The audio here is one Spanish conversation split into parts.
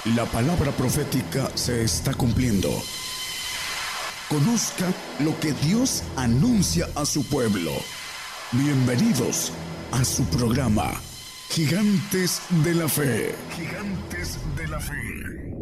La palabra profética se está cumpliendo. Conozca lo que Dios anuncia a su pueblo. Bienvenidos a su programa, Gigantes de la Fe. Gigantes de la Fe.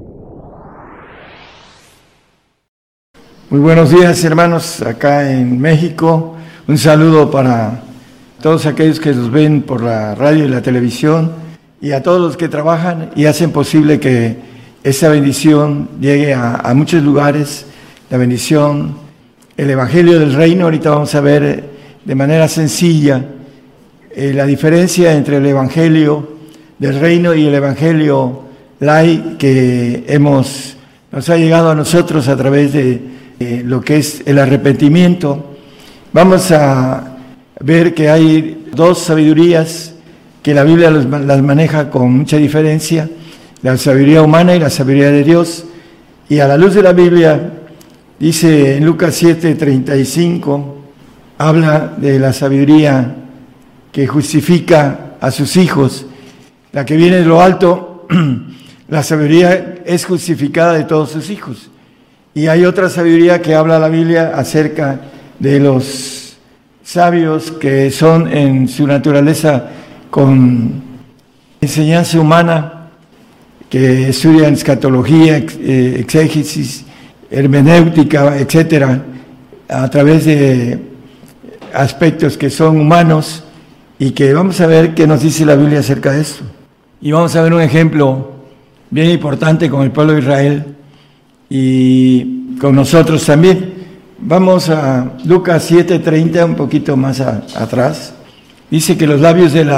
Muy buenos días, hermanos, acá en México. Un saludo para todos aquellos que nos ven por la radio y la televisión, y a todos los que trabajan y hacen posible que esa bendición llegue a muchos lugares. La bendición, el Evangelio del Reino. Ahorita vamos a ver de manera sencilla la diferencia entre el Evangelio del Reino y el Evangelio light que nos ha llegado a nosotros a través de lo que es el arrepentimiento. Vamos a ver que hay dos sabidurías que la Biblia las maneja con mucha diferencia: la sabiduría humana y la sabiduría de Dios. Y a la luz de la Biblia, dice en Lucas 7:35, habla de la sabiduría que justifica a sus hijos, la que viene de lo alto. La sabiduría es justificada de todos sus hijos. Y hay otra sabiduría que habla la Biblia acerca de los sabios que son en su naturaleza con enseñanza humana, que estudian escatología, exégesis, hermenéutica, etcétera, a través de aspectos que son humanos, y que vamos a ver qué nos dice la Biblia acerca de esto. Y vamos a ver un ejemplo bien importante con el pueblo de Israel y con nosotros también. Vamos a Lucas 7:30, un poquito más atrás. Dice que los sabios de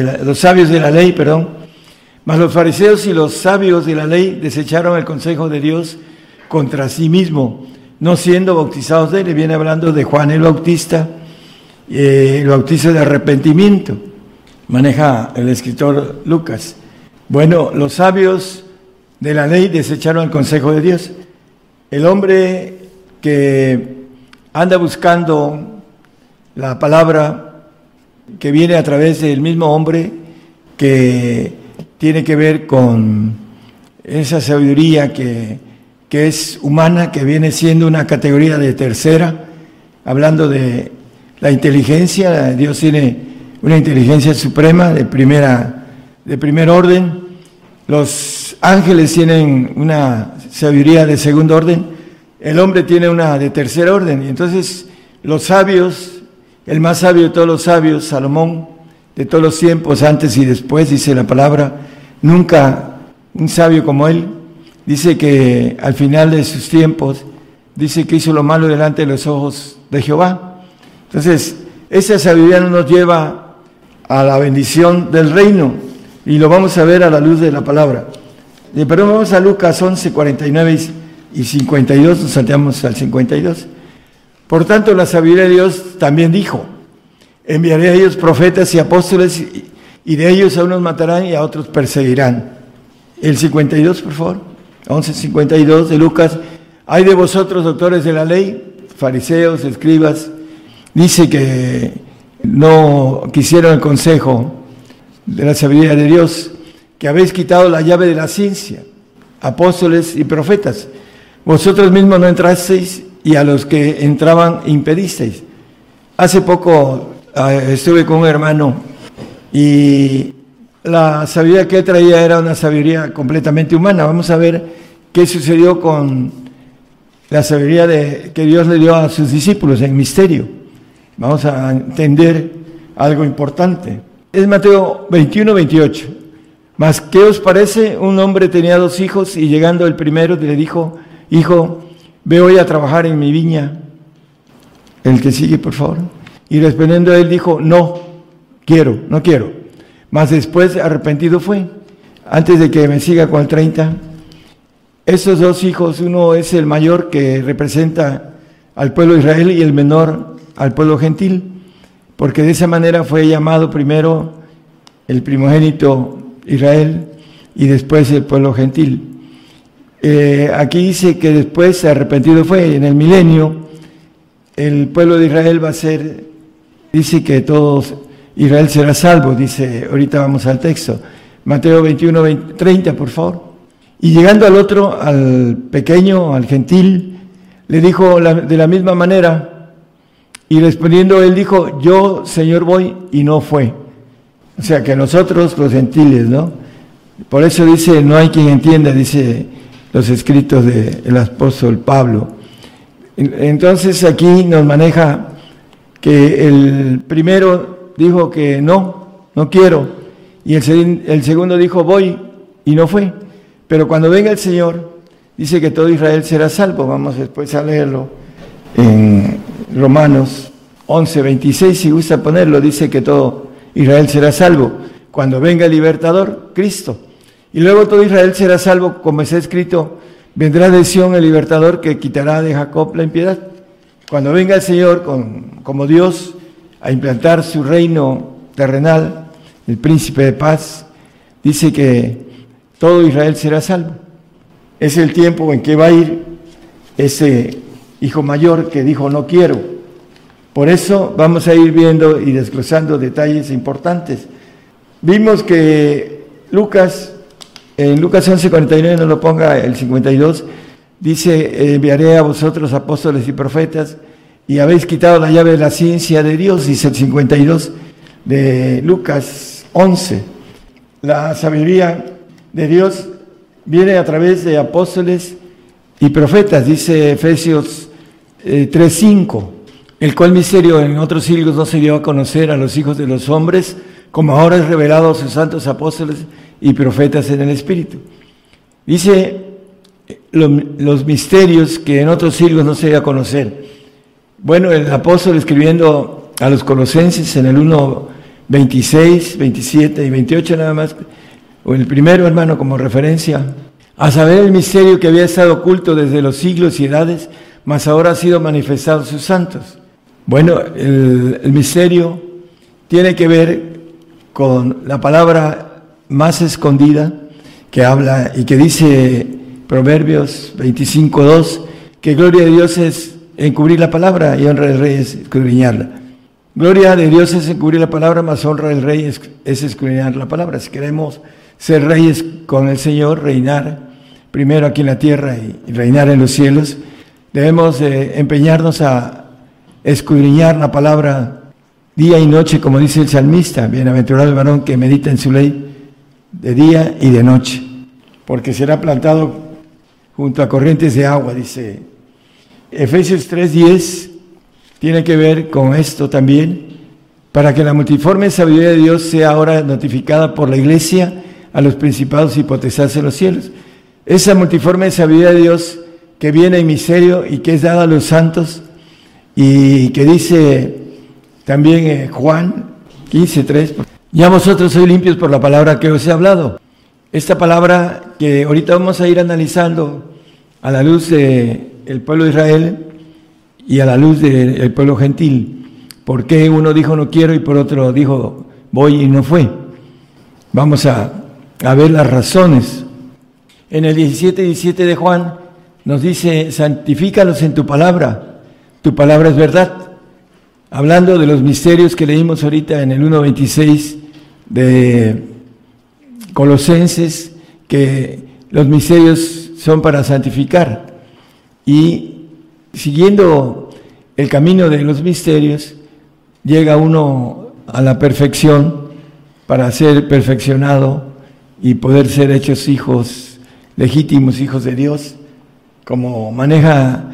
la ley, mas los fariseos y los sabios de la ley desecharon el consejo de Dios contra sí mismo, no siendo bautizados de él. Y viene hablando de Juan el Bautista, el bautizo de arrepentimiento, maneja el escritor Lucas. Bueno, los sabios de la ley desecharon el consejo de Dios. El hombre que anda buscando la palabra que viene a través del mismo hombre, que tiene que ver con esa sabiduría que es humana, que viene siendo una categoría de tercera, hablando de la inteligencia. Dios tiene una inteligencia suprema de primer orden. Los ángeles tienen una sabiduría de segundo orden. El hombre tiene una de tercer orden. Y entonces los sabios, el más sabio de todos los sabios, Salomón, de todos los tiempos, antes y después, dice la palabra, nunca un sabio como él, dice que al final de sus tiempos, dice que hizo lo malo delante de los ojos de Jehová. Entonces, esa sabiduría nos lleva a la bendición del reino, y lo vamos a ver a la luz de la palabra. Pero vamos a Lucas 11:49 y 52, nos salteamos al 52. Por tanto, la sabiduría de Dios también dijo: enviaré a ellos profetas y apóstoles, y de ellos a unos matarán y a otros perseguirán. El 52, por favor. 11:52 de Lucas. Hay de vosotros, doctores de la ley, fariseos, escribas, dice que no quisieron el consejo de la sabiduría de Dios, que habéis quitado la llave de la ciencia, apóstoles y profetas. Vosotros mismos no entrasteis, y a los que entraban impedisteis. Hace poco estuve con un hermano, y la sabiduría que traía era una sabiduría completamente humana. Vamos a ver qué sucedió con la sabiduría que Dios le dio a sus discípulos en misterio. Vamos a entender algo importante. Es Mateo 21:28. Mas, ¿qué os parece? Un hombre tenía 2 hijos, y llegando el primero le dijo: hijo, ve hoy a trabajar en mi viña. El que sigue, por favor. Y respondiendo él dijo: no quiero. Mas después arrepentido fue. Antes de que me siga con el 30. Estos 2 hijos, uno es el mayor, que representa al pueblo de Israel, y el menor al pueblo gentil, porque de esa manera fue llamado primero el primogénito Israel y después el pueblo gentil. Aquí dice que después arrepentido fue. En el milenio el pueblo de Israel va a ser, dice que todos Israel será salvo, dice, ahorita vamos al texto, Mateo 21, 30, por favor. Y llegando al otro, al pequeño, al gentil, le dijo de la misma manera, y respondiendo él dijo, yo, Señor, voy, y no fue. O sea, que nosotros, los gentiles, ¿no? Por eso dice, no hay quien entienda, dice los escritos del apóstol Pablo. Entonces aquí nos maneja que el primero dijo que no quiero, y el segundo dijo voy, y no fue. Pero cuando venga el Señor, dice que todo Israel será salvo. Vamos después a leerlo en Romanos 11:26, si gusta ponerlo, dice que todo Israel será salvo cuando venga el libertador, Cristo. Y luego todo Israel será salvo, como está escrito, vendrá de Sión el libertador que quitará de Jacob la impiedad. Cuando venga el Señor como Dios a implantar su reino terrenal, el príncipe de paz, dice que todo Israel será salvo. Es el tiempo en que va a ir ese hijo mayor que dijo no quiero. Por eso vamos a ir viendo y desglosando detalles importantes. Vimos que en Lucas 11:49, no lo ponga el 52, dice, enviaré a vosotros apóstoles y profetas, y habéis quitado la llave de la ciencia de Dios, dice el 52 de Lucas 11. La sabiduría de Dios viene a través de apóstoles y profetas, dice Efesios 3:5, el cual misterio en otros siglos no se dio a conocer a los hijos de los hombres, como ahora es revelado a sus santos apóstoles y profetas en el Espíritu. Dice los misterios que en otros siglos no se dio a conocer. Bueno, el apóstol escribiendo a los colosenses en el 1:26, 27 y 28 nada más, o el primero, hermano, como referencia, a saber el misterio que había estado oculto desde los siglos y edades, mas ahora ha sido manifestado a sus santos. Bueno, el misterio tiene que ver con la palabra más escondida que habla y que dice Proverbios 25:2, que gloria de Dios es encubrir la palabra y honra del rey es escudriñarla. Gloria de Dios es encubrir la palabra, mas honra del rey es escudriñar la palabra. Si queremos ser reyes con el Señor, reinar primero aquí en la tierra y reinar en los cielos, debemos empeñarnos a escudriñar la palabra día y noche, como dice el salmista, bienaventurado el varón que medita en su ley de día y de noche, porque será plantado junto a corrientes de agua, dice. Efesios 3:10 tiene que ver con esto también, para que la multiforme sabiduría de Dios sea ahora notificada por la Iglesia a los principados y potestades en los cielos. Esa multiforme sabiduría de Dios que viene en misterio y que es dada a los santos, y que dice también Juan 15:3, ya vosotros sois limpios por la palabra que os he hablado. Esta palabra que ahorita vamos a ir analizando a la luz del pueblo de Israel y a la luz del pueblo gentil. ¿Por qué uno dijo no quiero y por otro dijo voy y no fue? Vamos a ver las razones. En el 17:17 de Juan nos dice, santifícalos en tu palabra es verdad. Hablando de los misterios que leímos ahorita en el 1:26 de Colosenses, que los misterios son para santificar. Y siguiendo el camino de los misterios, llega uno a la perfección para ser perfeccionado y poder ser hechos hijos legítimos, hijos de Dios, como maneja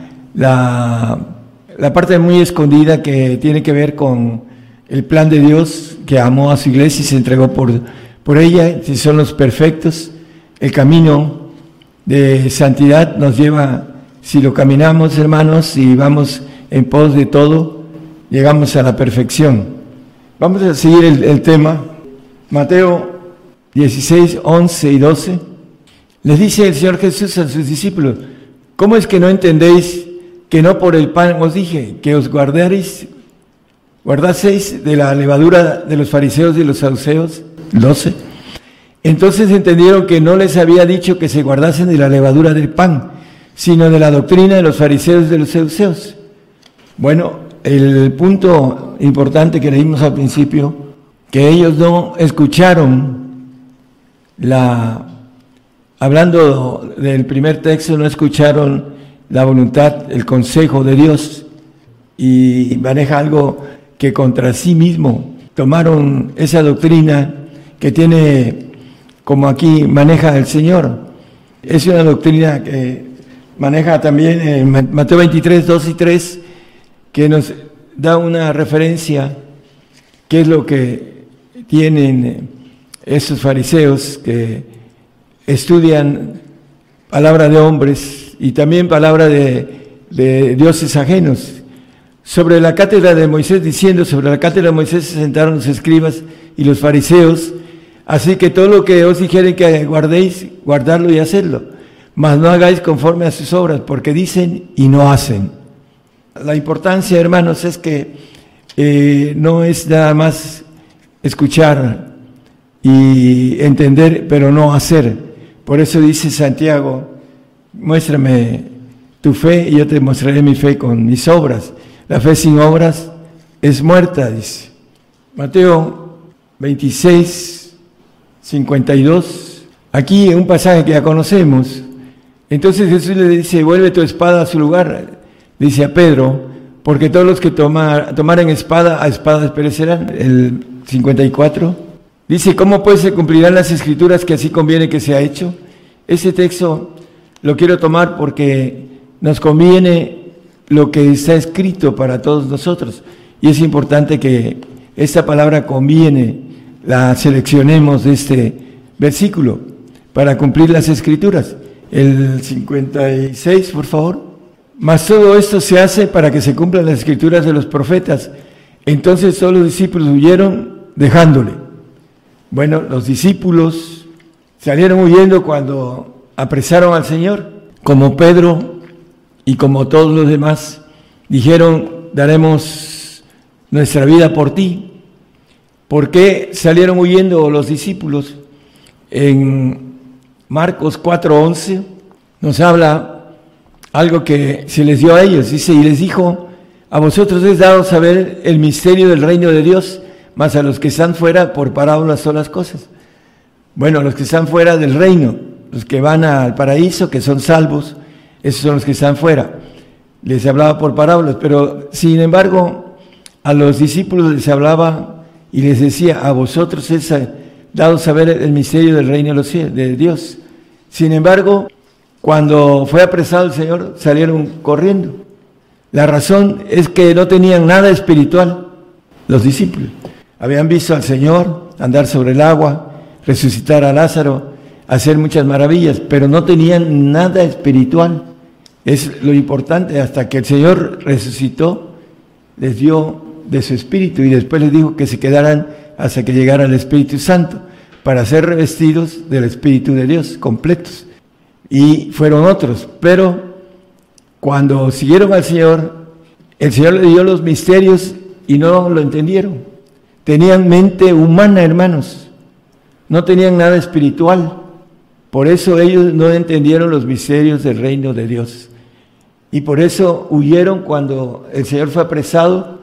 la parte muy escondida que tiene que ver con el plan de Dios, que amó a su iglesia y se entregó por ella. Si son los perfectos, el camino de santidad nos lleva, si lo caminamos, hermanos, y vamos en pos de todo, llegamos a la perfección. Vamos a seguir el tema. Mateo 16, 11 y 12. Les dice el Señor Jesús a sus discípulos, ¿cómo es que no entendéis que no por el pan os dije, que os guardaseis de la levadura de los fariseos y los saduceos? 12. Entonces entendieron que no les había dicho que se guardasen de la levadura del pan, sino de la doctrina de los fariseos y de los saduceos. Bueno, el punto importante que leímos al principio, que ellos no escucharon la hablando del primer texto, no escucharon la voluntad, el consejo de Dios, y maneja algo que contra sí mismo tomaron esa doctrina que tiene, como aquí maneja el Señor. Es una doctrina que maneja también en Mateo 23, 2 y 3, que nos da una referencia, qué es lo que tienen esos fariseos que estudian palabra de hombres y también palabra de dioses ajenos. Sobre la cátedra de Moisés, diciendo, sobre la cátedra de Moisés se sentaron los escribas y los fariseos, así que todo lo que os dijeren que guardéis, guardadlo y hacedlo, mas no hagáis conforme a sus obras, porque dicen y no hacen. La importancia, hermanos, es que no es nada más escuchar y entender, pero no hacer. Por eso dice Santiago, muéstrame tu fe y yo te mostraré mi fe con mis obras. La fe sin obras es muerta, dice. Mateo 26, 52. Aquí un pasaje que ya conocemos. Entonces Jesús le dice, vuelve tu espada a su lugar, dice a Pedro, porque todos los que tomaren espada, a espadas perecerán. El 54. Dice, ¿cómo pues se cumplirán las escrituras que así conviene que sea hecho? Ese texto lo quiero tomar porque nos conviene lo que está escrito para todos nosotros. Y es importante que esta palabra conviene, la seleccionemos de este versículo para cumplir las escrituras. El 56, por favor. Mas todo esto se hace para que se cumplan las escrituras de los profetas. Entonces todos los discípulos huyeron dejándole. Bueno, los discípulos salieron huyendo cuando apresaron al Señor, como Pedro y como todos los demás, dijeron, daremos nuestra vida por ti. ¿Por qué salieron huyendo los discípulos? En Marcos 4:11 nos habla algo que se les dio a ellos. Dice, y les dijo, a vosotros es dado saber el misterio del reino de Dios, mas a los que están fuera por parábolas son las cosas. Bueno, los que están fuera del reino, los que van al paraíso, que son salvos, esos son los que están fuera. Les hablaba por parábolas, pero sin embargo a los discípulos les hablaba y les decía, a vosotros es dado saber el misterio del reino de Dios. Sin embargo, cuando fue apresado el Señor, salieron corriendo. La razón es que no tenían nada espiritual los discípulos. Habían visto al Señor andar sobre el agua, resucitar a Lázaro, hacer muchas maravillas, pero no tenían nada espiritual. Es lo importante, hasta que el Señor resucitó, les dio de su espíritu y después les dijo que se quedaran hasta que llegara el Espíritu Santo, para ser revestidos del Espíritu de Dios, completos. Y fueron otros, pero cuando siguieron al Señor, el Señor le dio los misterios y no lo entendieron. Tenían mente humana, hermanos, no tenían nada espiritual. Por eso ellos no entendieron los misterios del reino de Dios. Y por eso huyeron cuando el Señor fue apresado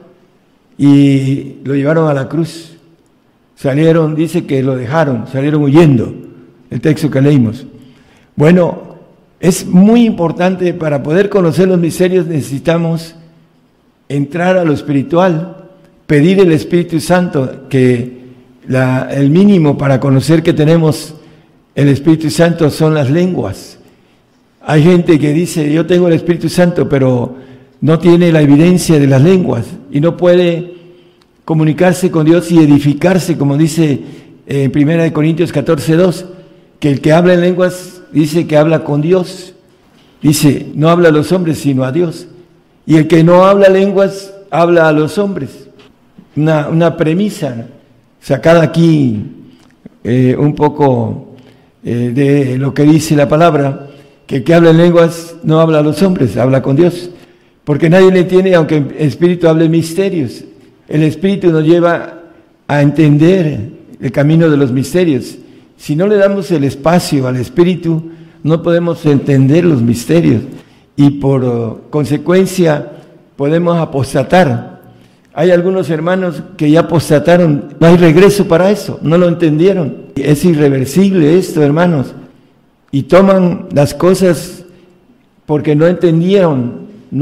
y lo llevaron a la cruz. Salieron, dice que lo dejaron, salieron huyendo, el texto que leímos. Bueno, es muy importante, para poder conocer los misterios necesitamos entrar a lo espiritual, pedir el Espíritu Santo, que el mínimo para conocer que tenemos el Espíritu Santo son las lenguas. Hay gente que dice, yo tengo el Espíritu Santo, pero no tiene la evidencia de las lenguas y no puede comunicarse con Dios y edificarse, como dice en 1 Corintios 14:2, que el que habla en lenguas dice que habla con Dios. Dice, no habla a los hombres, sino a Dios. Y el que no habla lenguas, habla a los hombres. Una premisa sacada aquí un poco de lo que dice la palabra, que el que habla en lenguas no habla a los hombres, habla con Dios. Porque nadie le entiende, aunque el Espíritu hable misterios. El Espíritu nos lleva a entender el camino de los misterios. Si no le damos el espacio al Espíritu, no podemos entender los misterios y por consecuencia podemos apostatar. Hay algunos hermanos que ya apostataron, no hay regreso para eso, no lo entendieron. Es irreversible esto, hermanos. y toman las cosas porque no entendieron,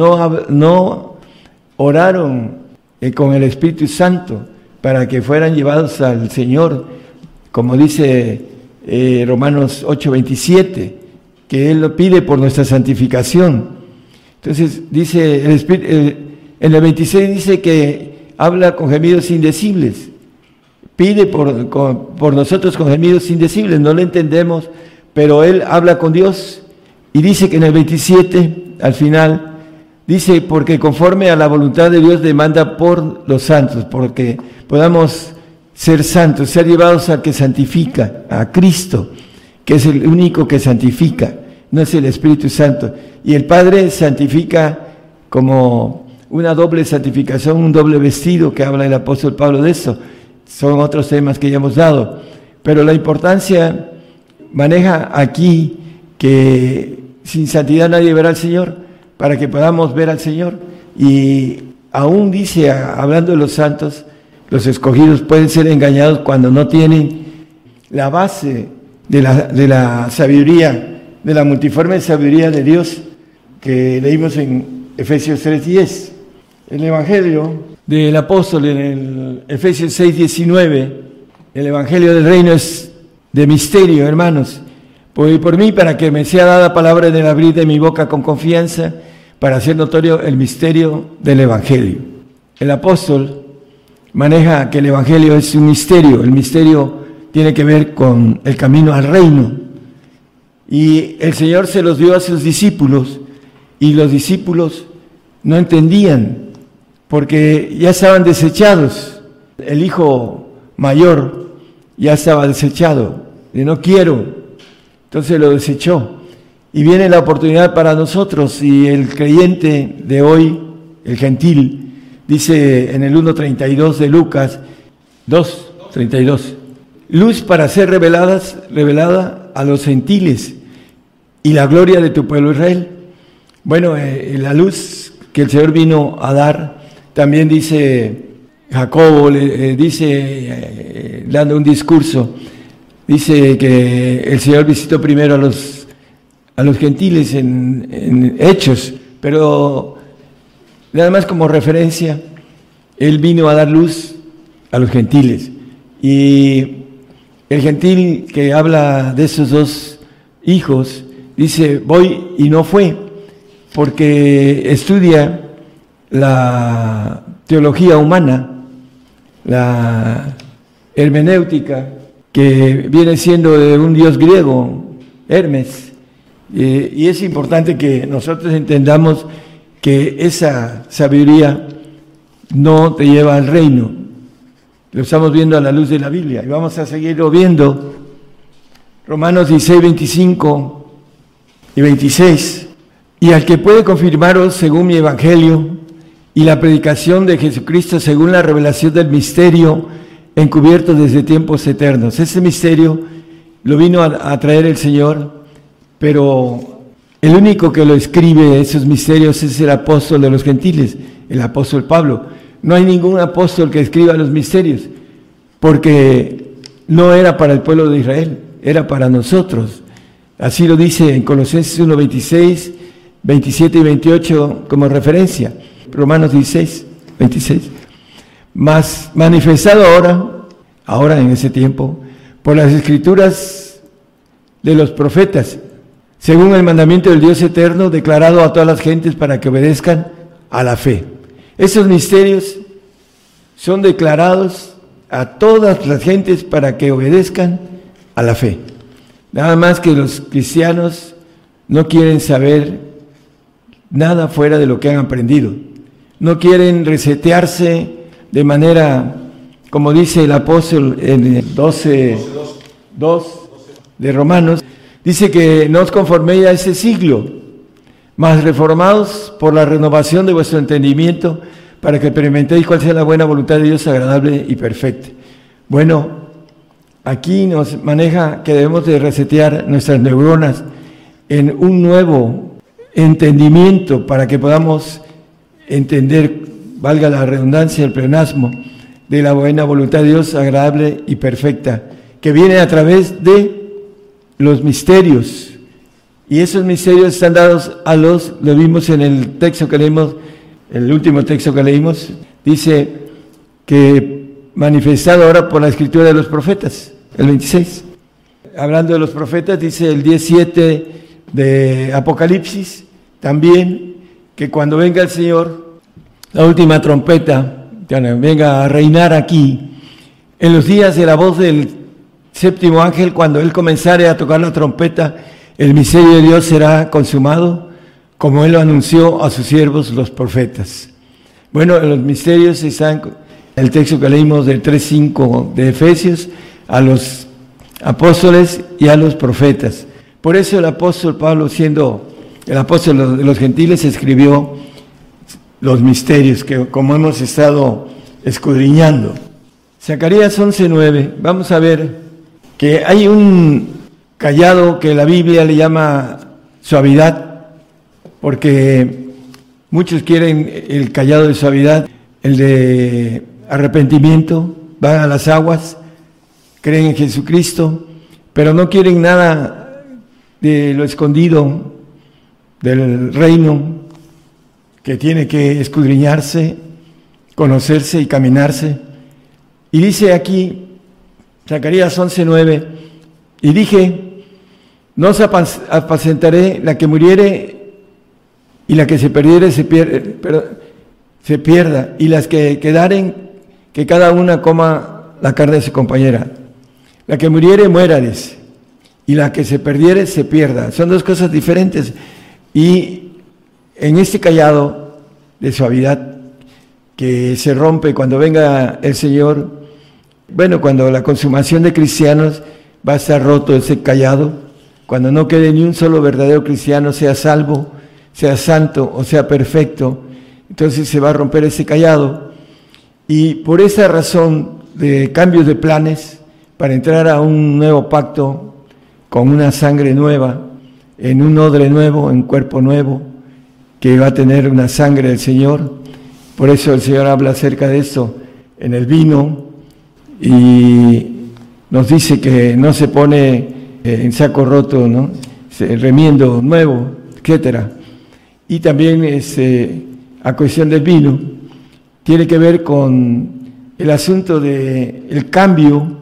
no oraron con el Espíritu Santo para que fueran llevados al Señor, como dice Romanos 8:27, que Él lo pide por nuestra santificación. Entonces dice el Espíritu, en el 26 dice que habla con gemidos indecibles, pide por nosotros con gemidos indecibles, no lo entendemos, pero Él habla con Dios, y dice que en el 27, al final, dice, porque conforme a la voluntad de Dios demanda por los santos, porque podamos ser santos, ser llevados al que santifica, a Cristo, que es el único que santifica, no es el Espíritu Santo. Y el Padre santifica como una doble santificación, un doble vestido, que habla el apóstol Pablo de eso. Son otros temas que ya hemos dado. Pero la importancia maneja aquí que sin santidad nadie verá al Señor, para que podamos ver al Señor. Y aún dice, hablando de los santos, los escogidos pueden ser engañados cuando no tienen la base de la sabiduría, de la multiforme sabiduría de Dios, que leímos en Efesios 3:10. El Evangelio del apóstol en el Efesios 6:19, el Evangelio del reino es de misterio, hermanos. Por mí, para que me sea dada palabra en el abrir de mi boca con confianza, para hacer notorio el misterio del Evangelio. El apóstol maneja que el Evangelio es un misterio. El misterio tiene que ver con el camino al reino. Y el Señor se los dio a sus discípulos, y los discípulos no entendían, porque ya estaban desechados. El hijo mayor ya estaba desechado, de no quiero. Entonces lo desechó. Y viene la oportunidad para nosotros, y el creyente de hoy, el gentil, dice en el 1:32 de Lucas 2:32, luz para ser revelada a los gentiles, y la gloria de tu pueblo Israel. Bueno, la luz que el Señor vino a dar, también dice Jacobo, dando un discurso, dice que el Señor visitó primero a los gentiles en Hechos, pero nada más como referencia, Él vino a dar luz a los gentiles. Y el gentil que habla de esos dos hijos, dice, voy y no fue, porque estudia la teología humana, la hermenéutica, que viene siendo de un dios griego, Hermes, y es importante que nosotros entendamos que esa sabiduría no te lleva al reino. Lo estamos viendo a la luz de la Biblia, y vamos a seguirlo viendo. Romanos 16, 25 y 26. Y al que puede confirmaros según mi evangelio y la predicación de Jesucristo según la revelación del misterio encubierto desde tiempos eternos. Ese misterio lo vino a traer el Señor, pero el único que lo escribe, esos misterios, es el apóstol de los gentiles, el apóstol Pablo. No hay ningún apóstol que escriba los misterios, porque no era para el pueblo de Israel, era para nosotros. Así lo dice en Colosenses 1, 26, 27 y 28 como referencia. Romanos 16, 26. Mas manifestado ahora en ese tiempo, por las escrituras de los profetas, según el mandamiento del Dios eterno, declarado a todas las gentes para que obedezcan a la fe. Esos misterios son declarados a todas las gentes para que obedezcan a la fe. Nada más que los cristianos no quieren saber nada fuera de lo que han aprendido. No quieren resetearse de manera, como dice el apóstol en el 12:2 de Romanos, dice que no os conforméis a ese siglo, mas reformados por la renovación de vuestro entendimiento, para que experimentéis cuál sea la buena voluntad de Dios, agradable y perfecta. Bueno, aquí nos maneja que debemos de resetear nuestras neuronas en un nuevo entendimiento para que podamos entender, valga la redundancia, el pleonasmo, de la buena voluntad de Dios, agradable y perfecta, que viene a través de los misterios Y esos misterios están dados lo vimos en el texto que leímos, el último texto que leímos, dice que manifestado ahora por la escritura de los profetas, el 26. Hablando de los profetas, dice el 17 de Apocalipsis, también que cuando venga el Señor, la última trompeta, venga a reinar aquí, en los días de la voz del séptimo ángel, cuando él comenzare a tocar la trompeta, el misterio de Dios será consumado, como él lo anunció a sus siervos los profetas. Bueno, los misterios están en el texto que leímos del 3:5 de Efesios, a los apóstoles y a los profetas. Por eso el apóstol Pablo, siendo el apóstol de los gentiles, escribió los misterios que como hemos estado escudriñando. Zacarías 11:9, vamos a ver que hay un callado que la Biblia le llama suavidad, porque muchos quieren el callado de suavidad, el de arrepentimiento, van a las aguas, creen en Jesucristo, pero no quieren nada de lo escondido del reino, que tiene que escudriñarse, conocerse y caminarse. Y dice aquí, Zacarías 11:9, y dije, no os apacentaré, la que muriere y la que se perdiere se pierda, y las que quedaren, que cada una coma la carne de su compañera. La que muriere, muérales, y la que se perdiere, se pierda. Son dos cosas diferentes. Y en este callado de suavidad que se rompe cuando venga el Señor, bueno, cuando la consumación de cristianos va a estar roto ese callado, cuando no quede ni un solo verdadero cristiano, sea salvo, sea santo o sea perfecto, entonces se va a romper ese callado. Y por esa razón de cambios de planes, para entrar a un nuevo pacto con una sangre nueva, en un odre nuevo, en cuerpo nuevo, que va a tener una sangre del Señor. Por eso el Señor habla acerca de esto en el vino y nos dice que no se pone en saco roto, ¿no? Remiendo nuevo, etcétera. Y también a cuestión del vino, tiene que ver con el asunto del cambio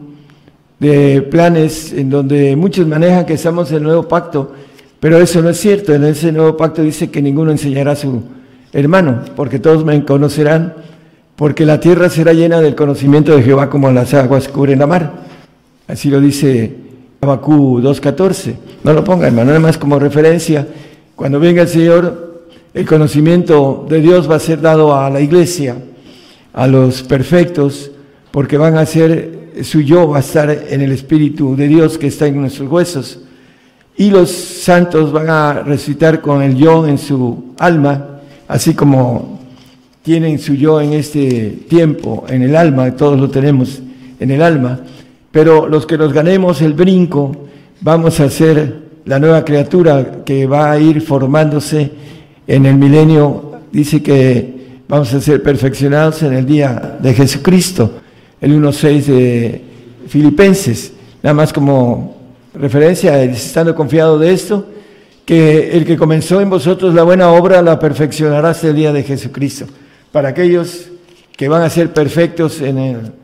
de planes, en donde muchos manejan que estamos en el nuevo pacto, pero eso no es cierto. En ese nuevo pacto dice que ninguno enseñará a su hermano, porque todos me conocerán, porque la tierra será llena del conocimiento de Jehová como las aguas cubren la mar. Así lo dice Habacuc 2:14. No lo ponga, hermano, nada más como referencia. Cuando venga el Señor, el conocimiento de Dios va a ser dado a la iglesia, a los perfectos, porque van a ser, su yo va a estar en el Espíritu de Dios que está en nuestros huesos. Y los santos van a resucitar con el yo en su alma, así como tienen su yo en este tiempo, en el alma, todos lo tenemos en el alma. Pero los que nos ganemos el brinco, vamos a ser la nueva criatura que va a ir formándose en el milenio. Dice que vamos a ser perfeccionados en el día de Jesucristo, el 1:6 de Filipenses. Nada más como referencia, estando confiado de esto, que el que comenzó en vosotros la buena obra la perfeccionará hasta el día de Jesucristo. Para aquellos que van a ser perfectos en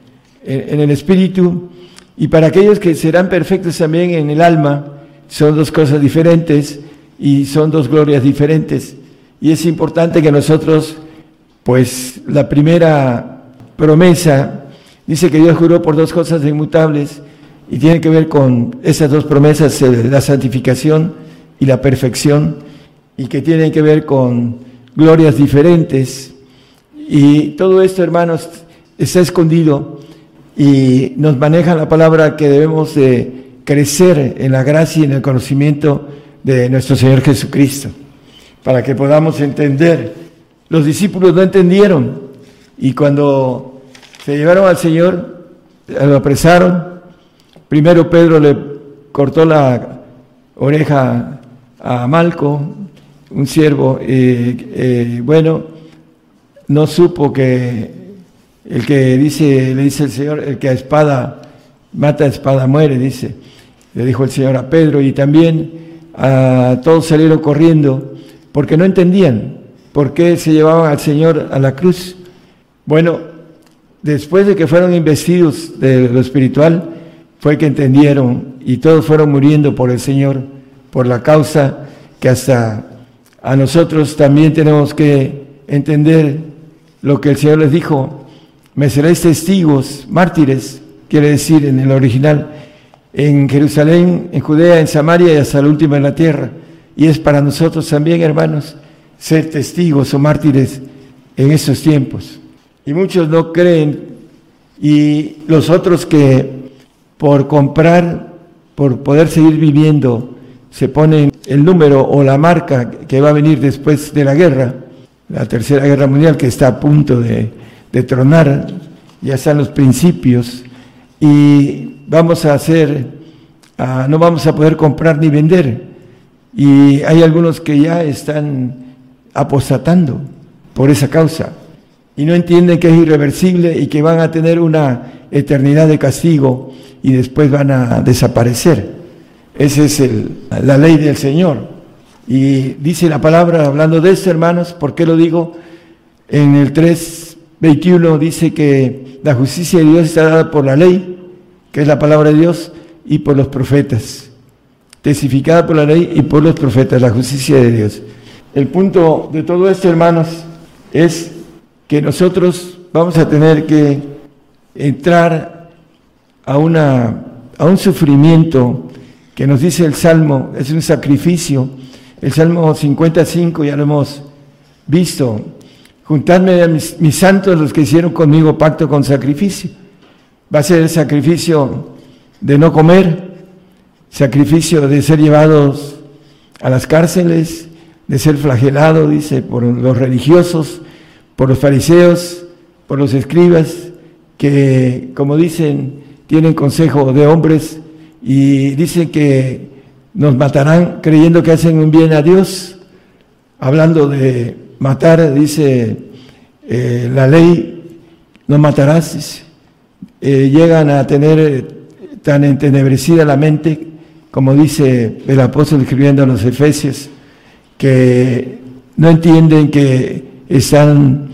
el espíritu, y para aquellos que serán perfectos también en el alma, son dos cosas diferentes y son dos glorias diferentes. Y es importante que nosotros, pues la primera promesa, dice que Dios juró por dos cosas inmutables, y tiene que ver con esas dos promesas, la santificación y la perfección, y que tienen que ver con glorias diferentes. Y todo esto, hermanos, está escondido y nos maneja la palabra que debemos de crecer en la gracia y en el conocimiento de nuestro Señor Jesucristo, para que podamos entender. Los discípulos no entendieron, y cuando se llevaron al Señor, lo apresaron. Primero Pedro le cortó la oreja a Malco, un siervo, bueno, no supo que el que le dice el Señor, el que a espada mata, a espada muere, dice, le dijo el Señor a Pedro, y también todos salieron corriendo porque no entendían por qué se llevaban al Señor a la cruz. Bueno, después de que fueron investidos de lo espiritual, fue que entendieron y todos fueron muriendo por el Señor, por la causa que hasta a nosotros también tenemos que entender lo que el Señor les dijo: me seréis testigos, mártires, quiere decir en el original, en Jerusalén, en Judea, en Samaria y hasta la última en la tierra. Y es para nosotros también, hermanos, ser testigos o mártires en estos tiempos. Y muchos no creen, y los otros que por comprar, por poder seguir viviendo, se ponen el número o la marca que va a venir después de la guerra, la Tercera Guerra Mundial, que está a punto de tronar, ya están los principios, y vamos a no vamos a poder comprar ni vender, y hay algunos que ya están apostatando por esa causa, y no entienden que es irreversible y que van a tener una eternidad de castigo y después van a desaparecer. Esa es la ley del Señor. Y dice la palabra, hablando de esto, hermanos, ¿por qué lo digo? En el 3:21 dice que la justicia de Dios está dada por la ley, que es la palabra de Dios, y por los profetas. Testificada por la ley y por los profetas, la justicia de Dios. El punto de todo esto, hermanos, es que nosotros vamos a tener que entrar a un sufrimiento que nos dice el Salmo, es un sacrificio. El Salmo 55 ya lo hemos visto. Juntadme a mis santos, los que hicieron conmigo pacto con sacrificio. Va a ser el sacrificio de no comer, sacrificio de ser llevados a las cárceles, de ser flagelado, dice, por los religiosos, por los fariseos, por los escribas, que, como dicen, tienen consejo de hombres y dicen que nos matarán creyendo que hacen un bien a Dios. Hablando de matar, dice la ley, no matarás, dice. Llegan a tener tan entenebrecida la mente, como dice el apóstol escribiendo a los Efesios, que no entienden que están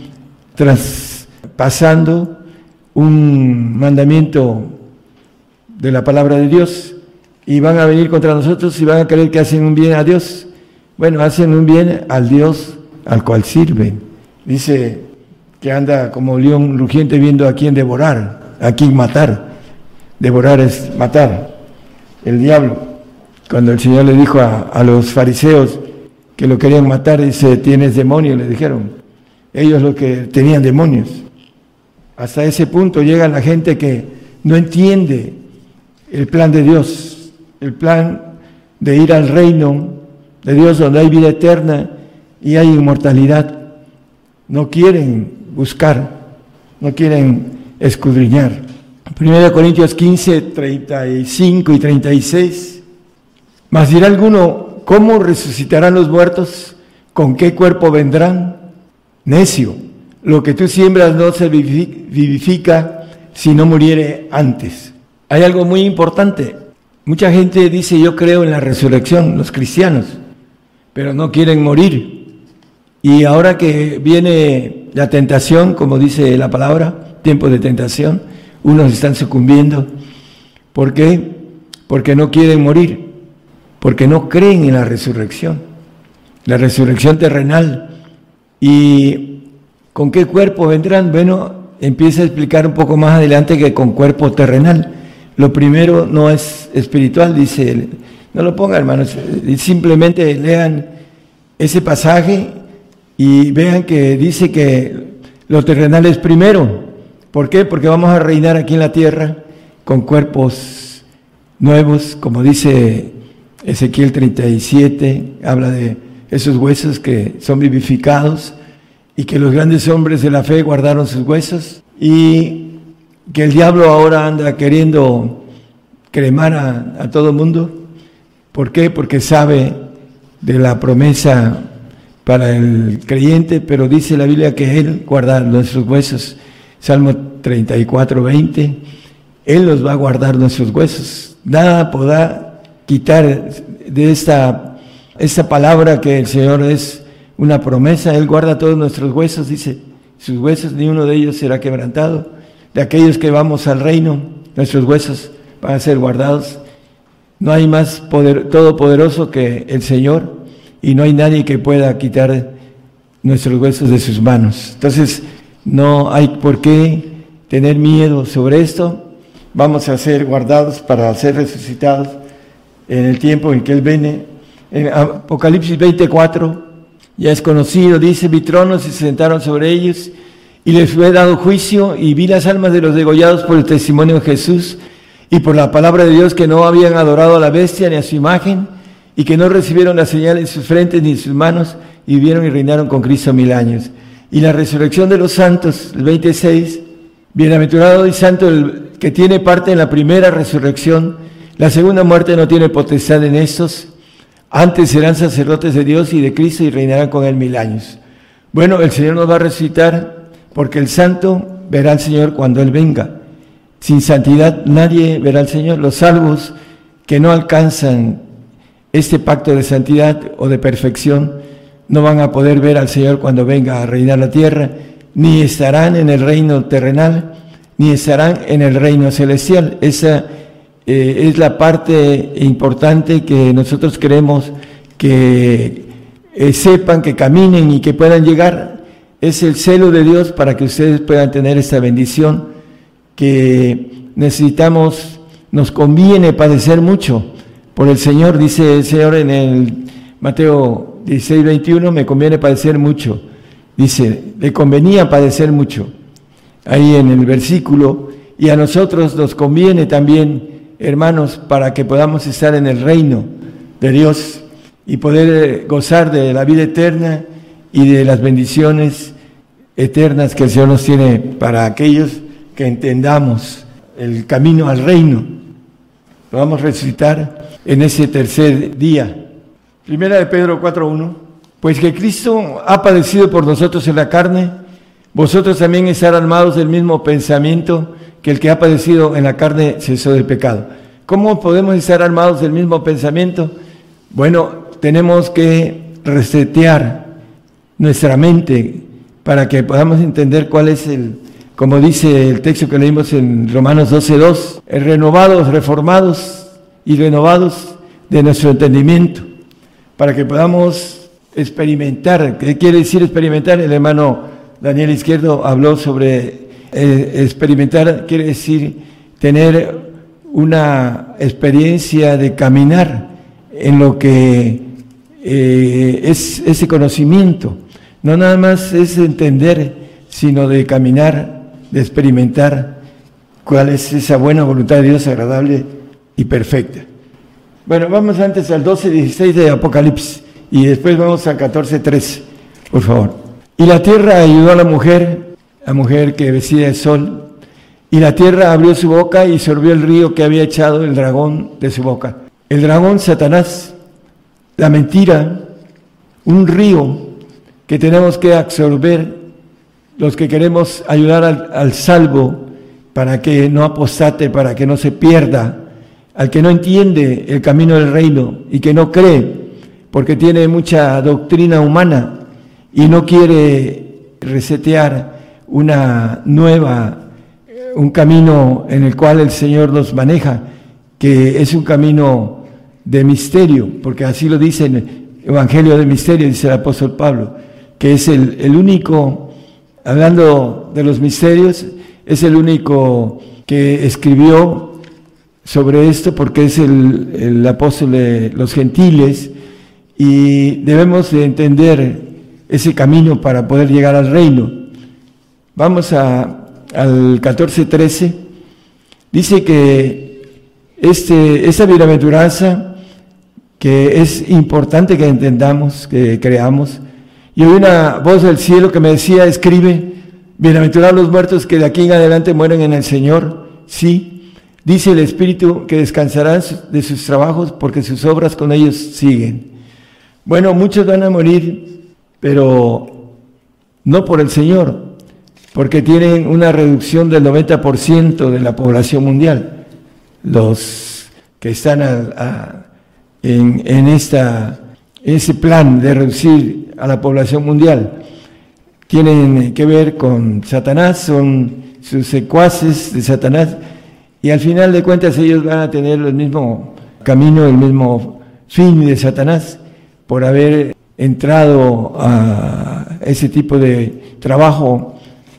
traspasando un mandamiento de la palabra de Dios y van a venir contra nosotros y van a creer que hacen un bien a Dios. Bueno, hacen un bien al Dios al cual sirven. Dice que anda como león rugiente viendo a quién devorar, a quién matar. Devorar es matar. El diablo, cuando el Señor le dijo a los fariseos que lo querían matar, dice, tienes demonio, le dijeron. Ellos los que tenían demonios. Hasta ese punto llega la gente que no entiende el plan de Dios, el plan de ir al reino de Dios donde hay vida eterna y hay inmortalidad. No quieren buscar, no quieren escudriñar. 1 Corintios 15, 35 y 36. Mas dirá alguno, ¿cómo resucitarán los muertos? ¿Con qué cuerpo vendrán? Necio, lo que tú siembras no se vivifica si no muriere antes. Hay algo muy importante. Mucha gente dice, yo creo en la resurrección, los cristianos, pero no quieren morir. Y ahora que viene la tentación, como dice la palabra, tiempo de tentación, unos están sucumbiendo. ¿Por qué? Porque no quieren morir, porque no creen en la resurrección terrenal. ¿Y con qué cuerpo vendrán? Bueno, empieza a explicar un poco más adelante que con cuerpo terrenal. Lo primero no es espiritual, dice él. No lo pongan, hermanos, simplemente lean ese pasaje y vean que dice que lo terrenal es primero. ¿Por qué? Porque vamos a reinar aquí en la tierra con cuerpos nuevos, como dice Ezequiel 37, habla de esos huesos que son vivificados y que los grandes hombres de la fe guardaron sus huesos, y que el diablo ahora anda queriendo cremar a todo el mundo. ¿Por qué? Porque sabe de la promesa para el creyente, pero dice la Biblia que Él guarda nuestros huesos. Salmo 34, 20, Él los va a guardar nuestros huesos. Nada podrá quitar de esta esa palabra que el Señor es una promesa. Él guarda todos nuestros huesos, dice, sus huesos ni uno de ellos será quebrantado. De aquellos que vamos al reino, nuestros huesos van a ser guardados. No hay más todopoderoso que el Señor, y no hay nadie que pueda quitar nuestros huesos de sus manos. Entonces, no hay por qué tener miedo sobre esto. Vamos a ser guardados para ser resucitados en el tiempo en que Él viene. En Apocalipsis 24, ya es conocido, dice: vi tronos y se sentaron sobre ellos, y les fue dado juicio, y vi las almas de los degollados por el testimonio de Jesús y por la palabra de Dios, que no habían adorado a la bestia ni a su imagen, y que no recibieron la señal en sus frentes ni en sus manos, y vivieron y reinaron con Cristo 1000 años. Y la resurrección de los santos, el 26, bienaventurado y santo el que tiene parte en la primera resurrección. La segunda muerte no tiene potestad en estos, antes serán sacerdotes de Dios y de Cristo, y reinarán con Él 1000 años. Bueno, el Señor nos va a resucitar, porque el santo verá al Señor cuando Él venga. Sin santidad nadie verá al Señor. Los salvos que no alcanzan este pacto de santidad o de perfección no van a poder ver al Señor cuando venga a reinar la tierra, ni estarán en el reino terrenal, ni estarán en el reino celestial. Esa es la parte importante que nosotros queremos que sepan, que caminen y que puedan llegar. Es el celo de Dios para que ustedes puedan tener esta bendición que necesitamos. Nos conviene padecer mucho por el Señor, dice el Señor en el Mateo 16, 21, me conviene padecer mucho. Dice, le convenía padecer mucho, ahí en el versículo, y a nosotros nos conviene también, hermanos, para que podamos estar en el reino de Dios y poder gozar de la vida eterna y de las bendiciones eternas que el Señor nos tiene para aquellos que entendamos el camino al reino. Lo vamos a recitar en ese tercer día. Primera de Pedro 4:1. Pues que Cristo ha padecido por nosotros en la carne, vosotros también estar armados del mismo pensamiento, que el que ha padecido en la carne cesó del pecado. ¿Cómo podemos estar armados del mismo pensamiento? Bueno, tenemos que resetear nuestra mente para que podamos entender cuál es como dice el texto que leímos en Romanos 12:2, renovados, reformados y renovados de nuestro entendimiento, para que podamos experimentar. ¿Qué quiere decir experimentar? El hermano Daniel Izquierdo habló sobre experimentar, quiere decir tener una experiencia de caminar en lo que es ese conocimiento. No nada más es entender, sino de caminar, de experimentar cuál es esa buena voluntad de Dios, agradable y perfecta. Bueno, vamos antes al 12:16 de Apocalipsis y después vamos al 14:13, por favor. Y la tierra ayudó a la mujer que vestía el sol, y la tierra abrió su boca y sorbió el río que había echado el dragón de su boca. El dragón, Satanás, la mentira, un río que tenemos que absorber los que queremos ayudar al salvo para que no apostate, para que no se pierda, al que no entiende el camino del reino y que no cree porque tiene mucha doctrina humana y no quiere resetear un camino en el cual el Señor nos maneja, que es un camino de misterio, porque así lo dice en el Evangelio de Misterio, dice el apóstol Pablo, que es el único, hablando de los misterios, es el único que escribió sobre esto, porque es el apóstol de los gentiles, y debemos de entender ese camino para poder llegar al reino. Vamos al 14:13. Dice que esta bienaventuranza, que es importante que entendamos, que creamos, y oí una voz del cielo que me decía: escribe, bienaventurados los muertos que de aquí en adelante mueren en el Señor. Sí, dice el Espíritu, que descansarán de sus trabajos, porque sus obras con ellos siguen. Bueno, muchos van a morir, pero no por el Señor, porque tienen una reducción del 90% de la población mundial. Los que están en esta ese plan de reducir a la población mundial. Tienen que ver con Satanás, son sus secuaces de Satanás, y al final de cuentas ellos van a tener el mismo camino, el mismo fin de Satanás, por haber entrado a ese tipo de trabajo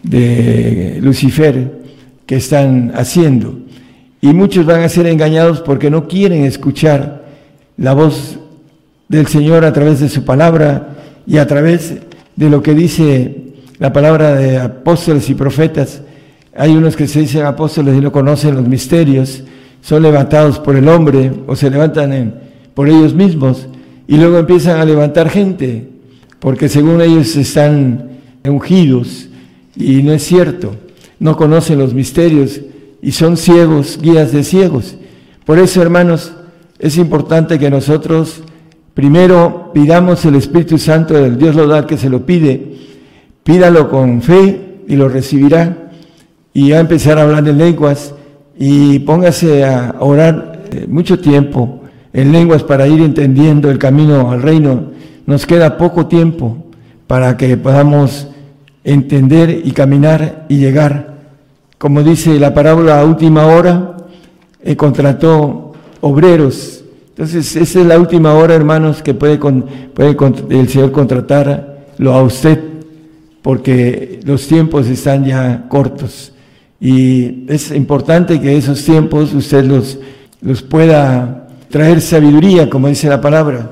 de Lucifer que están haciendo. Y muchos van a ser engañados porque no quieren escuchar la voz del Señor a través de su palabra y a través de lo que dice la palabra de apóstoles y profetas. Hay unos que se dicen apóstoles y no conocen los misterios, son levantados por el hombre o se levantan por ellos mismos y luego empiezan a levantar gente, porque según ellos están ungidos, y no es cierto, no conocen los misterios y son ciegos, guías de ciegos. Por eso, hermanos, es importante que nosotros primero pidamos el Espíritu Santo del Dios lo da que se lo pide, pídalo con fe y lo recibirá, y a empezar a hablar en lenguas y póngase a orar mucho tiempo en lenguas para ir entendiendo el camino al reino. Nos queda poco tiempo para que podamos entender y caminar y llegar. Como dice la parábola, a última hora contrató obreros. Entonces esa es la última hora, hermanos, que puede el Señor contratarlo a usted, porque los tiempos están ya cortos y es importante que esos tiempos usted los pueda traer sabiduría, como dice la palabra,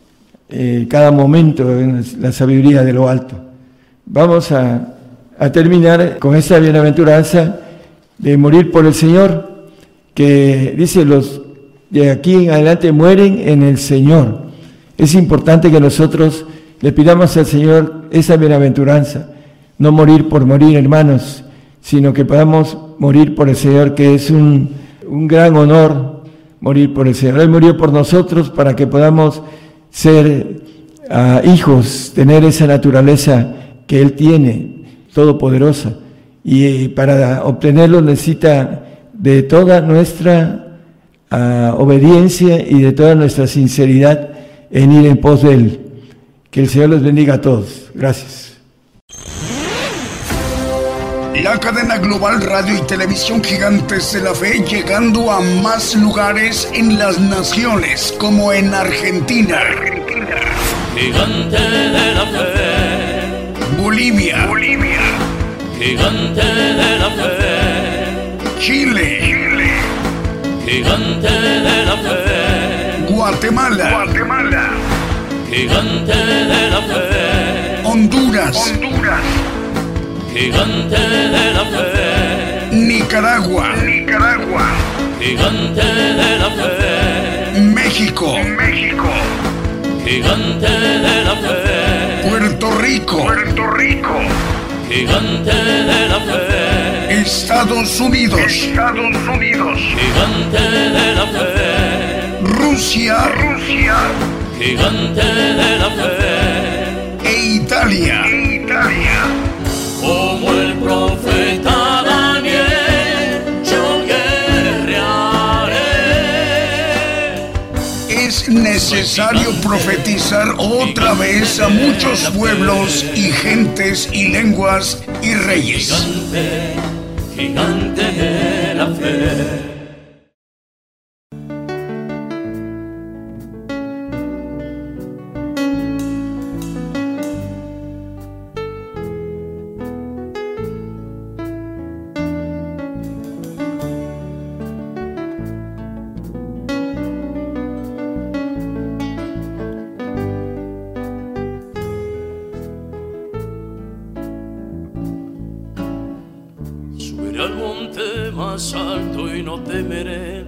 cada momento la sabiduría de lo alto. Vamos a terminar con esta bienaventuranza de morir por el Señor, que dice: los de aquí en adelante mueren en el Señor. Es importante que nosotros le pidamos al Señor esa bienaventuranza, no morir por morir, hermanos, sino que podamos morir por el Señor, que es un gran honor morir por el Señor. Él murió por nosotros para que podamos ser hijos, tener esa naturaleza que Él tiene, todopoderosa, y para obtenerlo necesita de toda nuestra obediencia y de toda nuestra sinceridad en ir en pos de Él. Que el Señor los bendiga a todos. Gracias. La cadena global Radio y Televisión Gigantes de la Fe, llegando a más lugares en las naciones, como en Argentina, Gigante de la Fe, Bolivia, Gigante de la Fe, Chile, Gigante de la Fe, Guatemala, Gigante de la Fe, Honduras, Gigante de la Fe, Nicaragua, Gigante de la Fe, México, Gigante de la Fe, Puerto Rico, Gigante de la Fe, Estados Unidos, Gigante de la Fe, Rusia, Gigante de la Fe, e Italia. Como el profeta Daniel, yo guerrearé. Es necesario profetizar otra vez a muchos pueblos y gentes y lenguas y reyes. Gigante de la fe. Subiré al monte más alto y no temeré,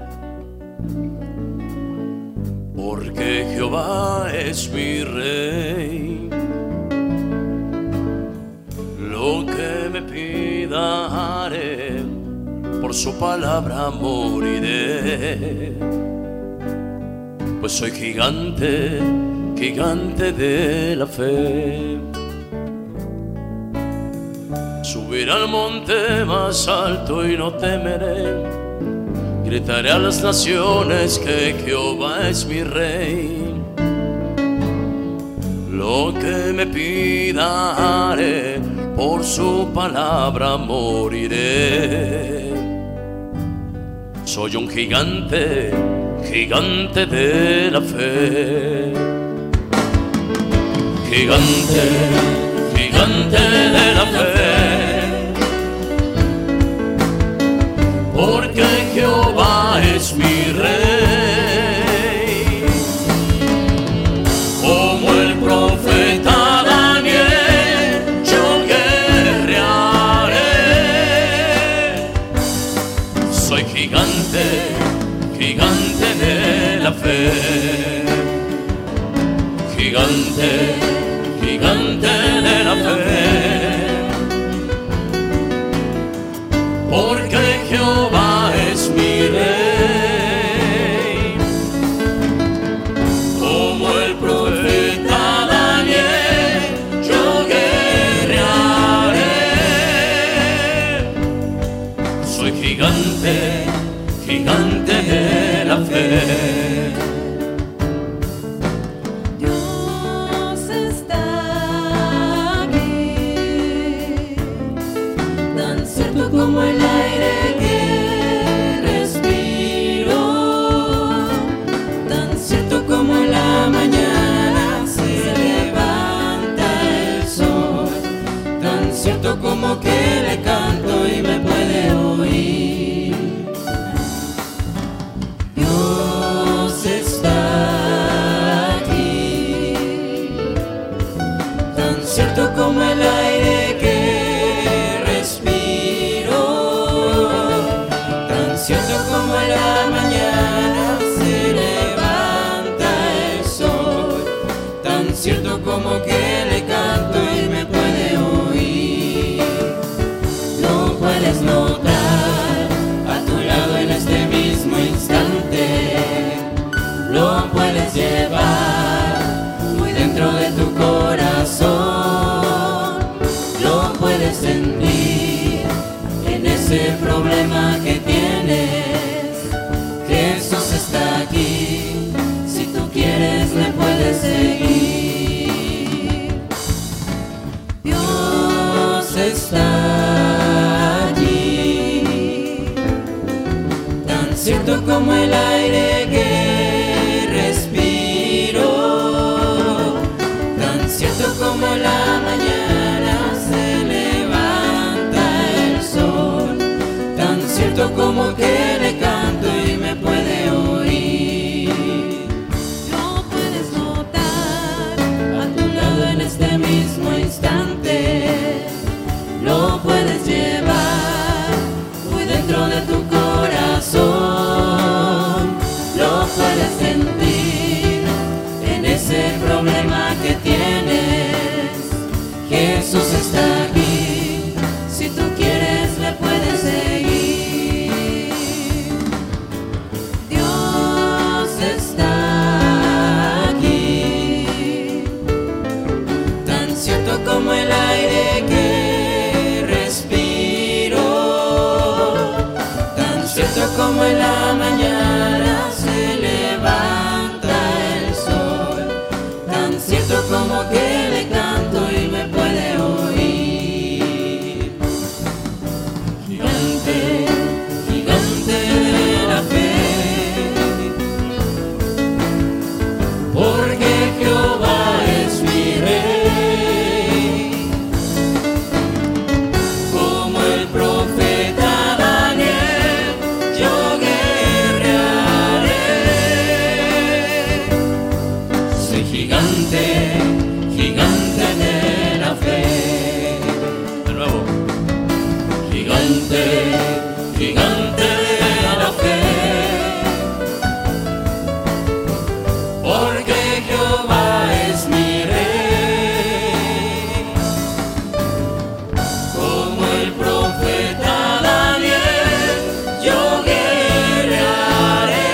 porque Jehová es mi rey. Lo que me pida haré, por su palabra moriré. Pues soy gigante, gigante de la fe. Subiré al monte más alto y no temeré, gritaré a las naciones que Jehová es mi rey. Lo que me pida haré, por su palabra moriré. Soy un gigante, gigante de la fe. Gigante, gigante de la fe. Porque Jehová es mi rey. Como el profeta Daniel, yo guerrearé. Soy gigante, gigante de la fe. Gigante, gigante de la fe. Porque Jehová es mi rey. Como el profeta Daniel, yo guerrearé. Soy gigante, gigante de la fe. Dios está aquí, tan cierto como el aire que respiro, tan cierto como en la mañana se levanta el sol, tan cierto como que le canto y me puede oír. Dios está aquí, tan cierto como el aire que respiro, tan cierto como en la mañana se levanta el sol, tan cierto como que le canto y me puede oír. Lo puedes notar a tu lado en este mismo instante, lo puedes llevar muy dentro de tu corazón, lo puedes sentir en ese problema que tienes. Jesús está aquí, si tú quieres le puedes seguir. Dios está allí, tan cierto como el aire que respiro, tan cierto como la mañana se levanta el sol, tan cierto como que le canto y me puede oír. Lo puedes notar a tu lado en este mismo instante, lo puedes llevar muy dentro de tu corazón, lo puedes sentir en ese problema que tienes. Jesús está aquí, si tú quieres le puedes seguir. Dios está aquí, tan cierto como el aire que respiro, tan cierto como en la mañana se levanta el sol, tan cierto como que le canto y me puede oír. Gigante, gigante de la fe, porque Jehová es mi rey. Como el profeta Daniel, yo guerrearé. Soy gigante, gigante de la fe. De nuevo. Gigante, gigante de la fe. Porque Jehová es mi rey. Como el profeta Daniel, yo guerrearé.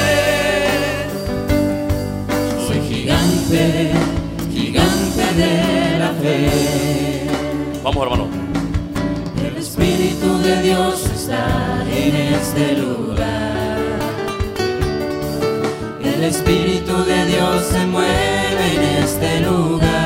Soy gigante, gigante de la fe. Vamos, hermano. El Espíritu de Dios está en este lugar. El Espíritu de Dios se mueve en este lugar.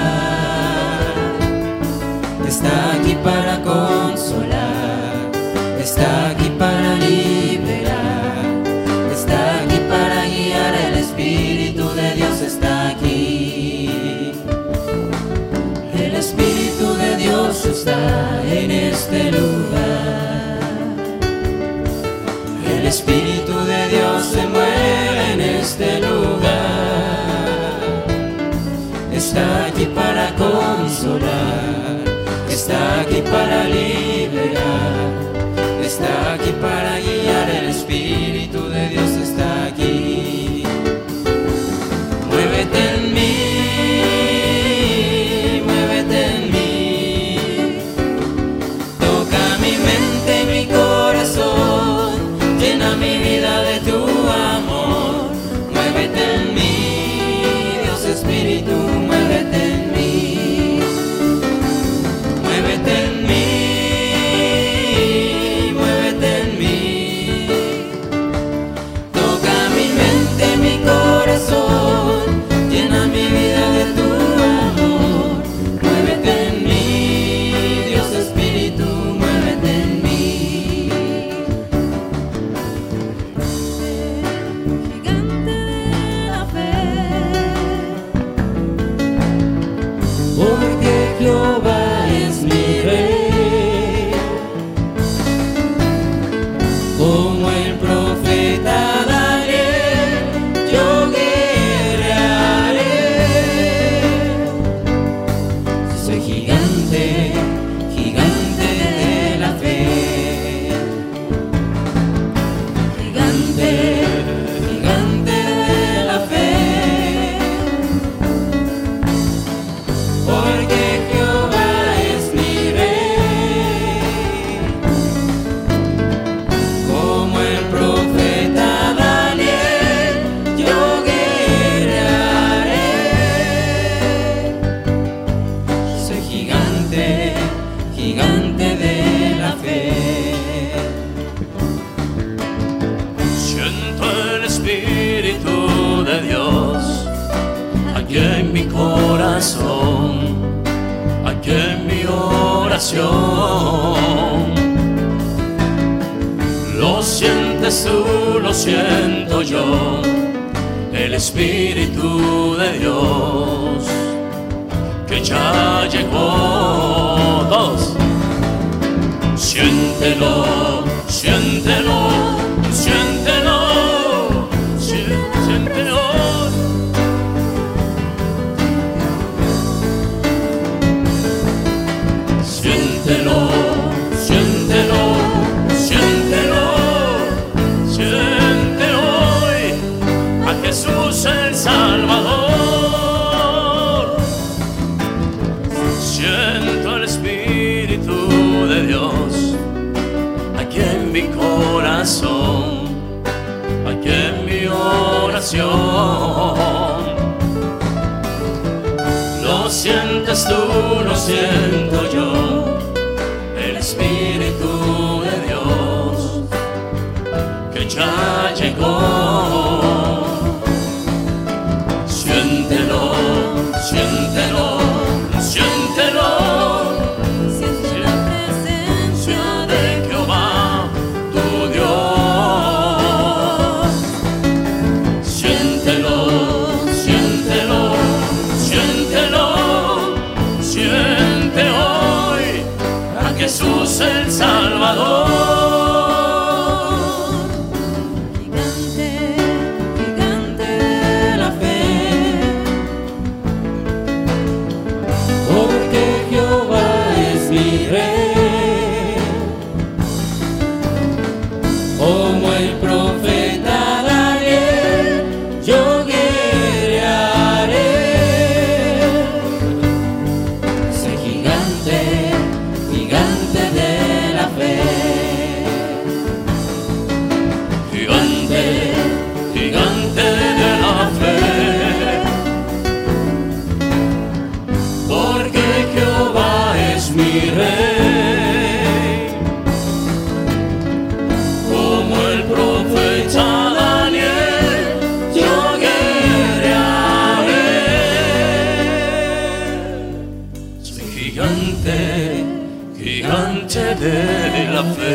oración. Lo sientes tú, lo siento yo, el Espíritu de Dios que ya llegó. Todos, siéntelo, siéntelo, siéntelo, siéntelo. Siéntelo, siéntelo, siéntelo, siente hoy a Jesús el Salvador. Siento el Espíritu de Dios aquí en mi corazón, aquí en mi oración. Lo sientes tú, lo siento yo, el Espíritu de Dios que ya llegó. Siéntelo, siéntelo, siéntelo. Siente la presencia de Jehová, tu Dios. Siéntelo, siéntelo, siéntelo. Siente hoy a Jesús el Salvador. gigante, gigante de la fe, porque Jehová es mi rey, como el profeta Daniel, yo guerrearé. Soy gigante, gigante de la fe, Gigante, gigante de la fe, porque Jehová es mi rey, como el profeta Daniel, yo guerrearé. Soy gigante, gigante de la fe.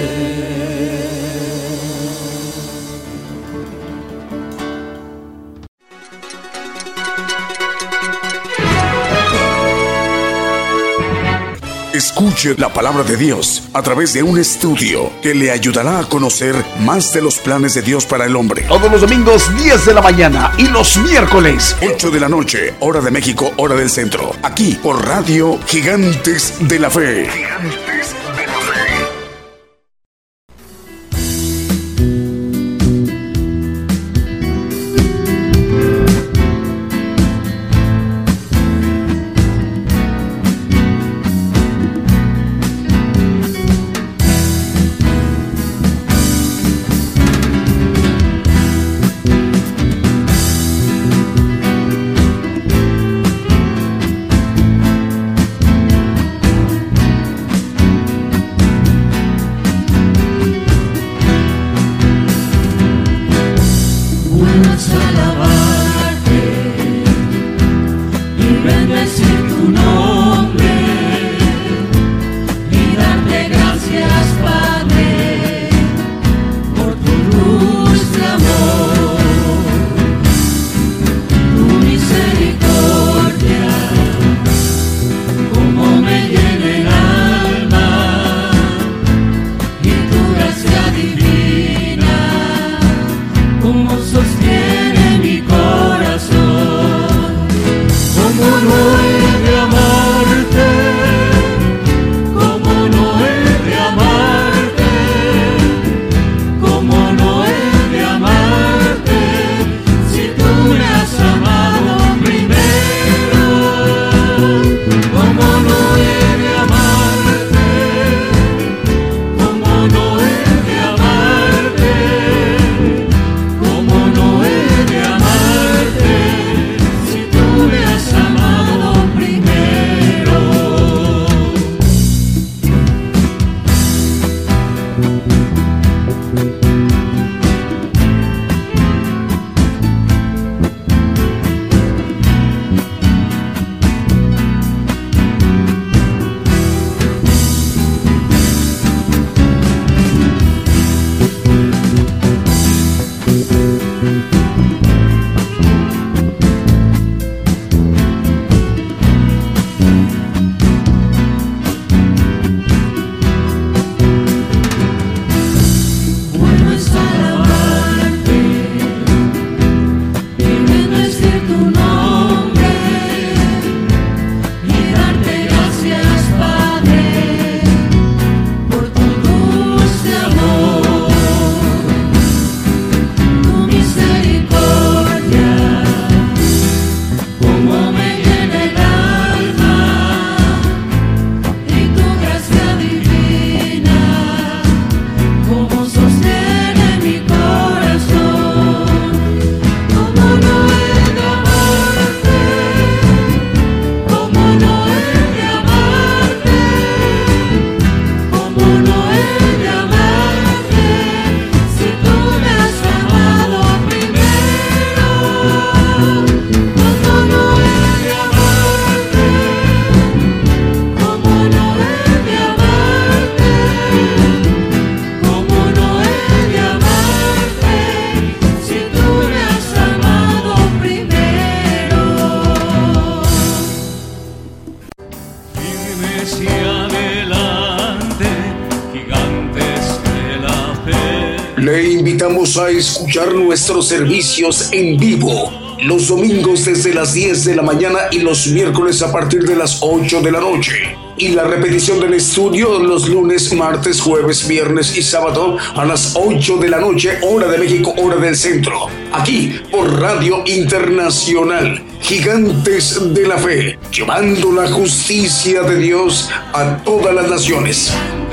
Escuche la palabra de Dios a través de un estudio que le ayudará a conocer más de los planes de Dios para el hombre. Todos los domingos 10 de la mañana y los miércoles 8 de la noche, hora de México, hora del centro. Aquí por Radio Gigantes de la Fe. Gigantes de la Fe. sostiene mi corazón, como no he de amar. escuchar nuestros servicios en vivo los domingos desde las 10 de la mañana y los miércoles a partir de las 8 de la noche. Y la repetición del estudio los lunes, martes, jueves, viernes y sábado a las 8 de la noche, hora de México, hora del centro. Aquí por Radio Internacional, Gigantes de la Fe, llevando la justicia de Dios a todas las naciones.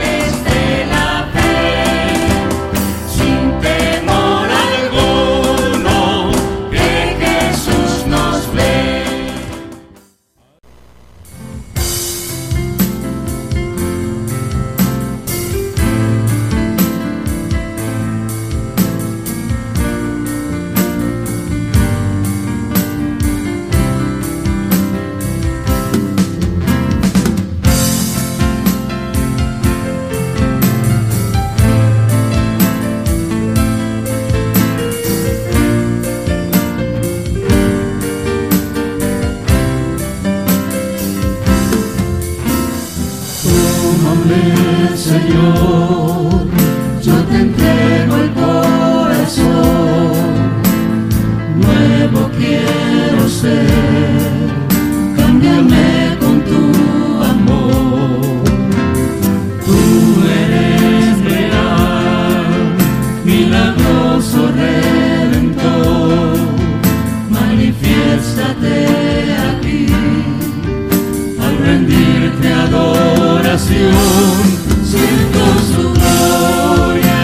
Señor, yo te entrego el corazón, nuevo quiero ser, cámbiame con tu amor, tú eres real, milagroso Redentor, manifiéstate aquí, al rendirte adoración. Siento su gloria,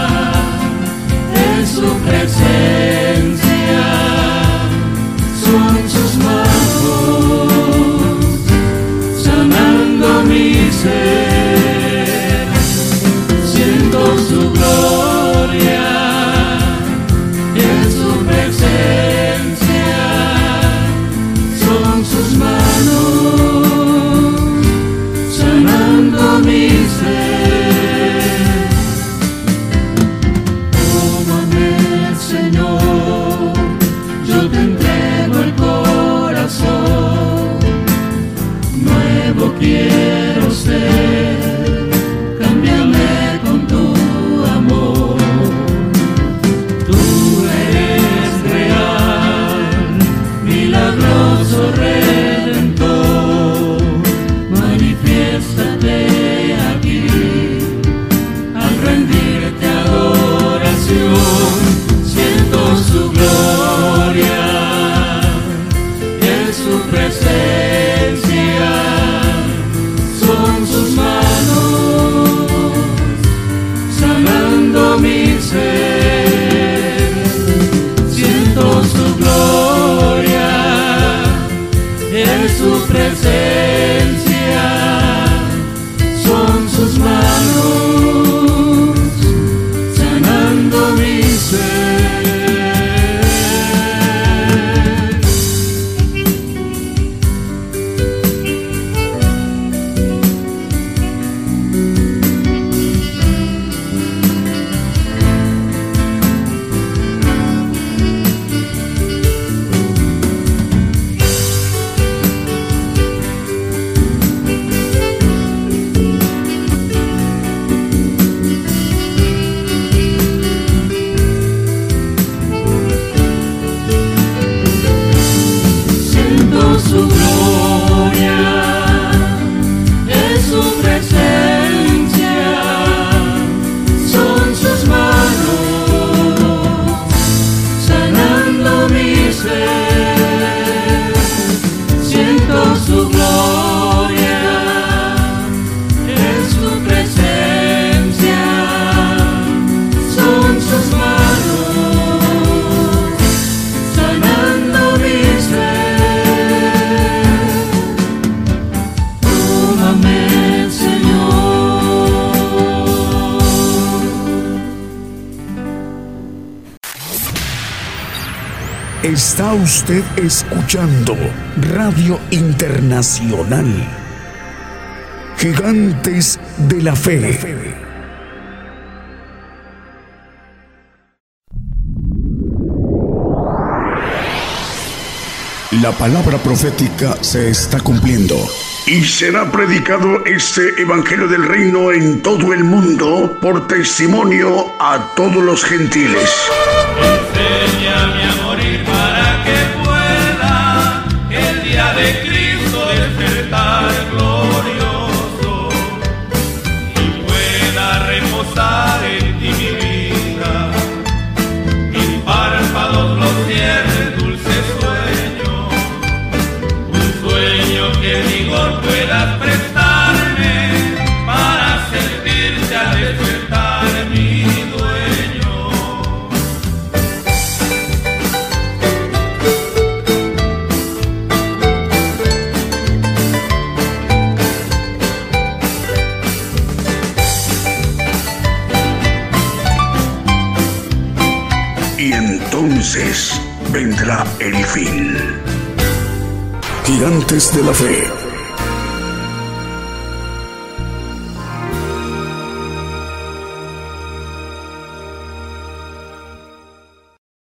en su presencia, son sus manos, sanando mi ser. Siento su gloria, en su presencia, son sus manos, sanando mi ser. Señor, yo te entrego el corazón, nuevo quiero ser, cámbiame con tu amor, tú eres real, milagroso Redentor, manifiéstate aquí, al rendirte adoración. Siento su gloria, en su presencia, son sus manos, sanando mi ser. Siento su gloria, en su presencia, son sus manos, sanando mi ser. Está usted escuchando Radio Internacional, Gigantes de la Fe. La palabra profética se está cumpliendo Y será predicado este evangelio del reino en todo el mundo por testimonio a todos los gentiles. Enséñame a morir para que pueda el día de Cristo despertar glorioso y pueda reposar en ti mi vida. Mis párpados los cierren dulce sueño, un sueño que vigor puedas prestarme para servirte al despertar mi dueño. Y entonces vendrá el fin. Gigantes de la Fe.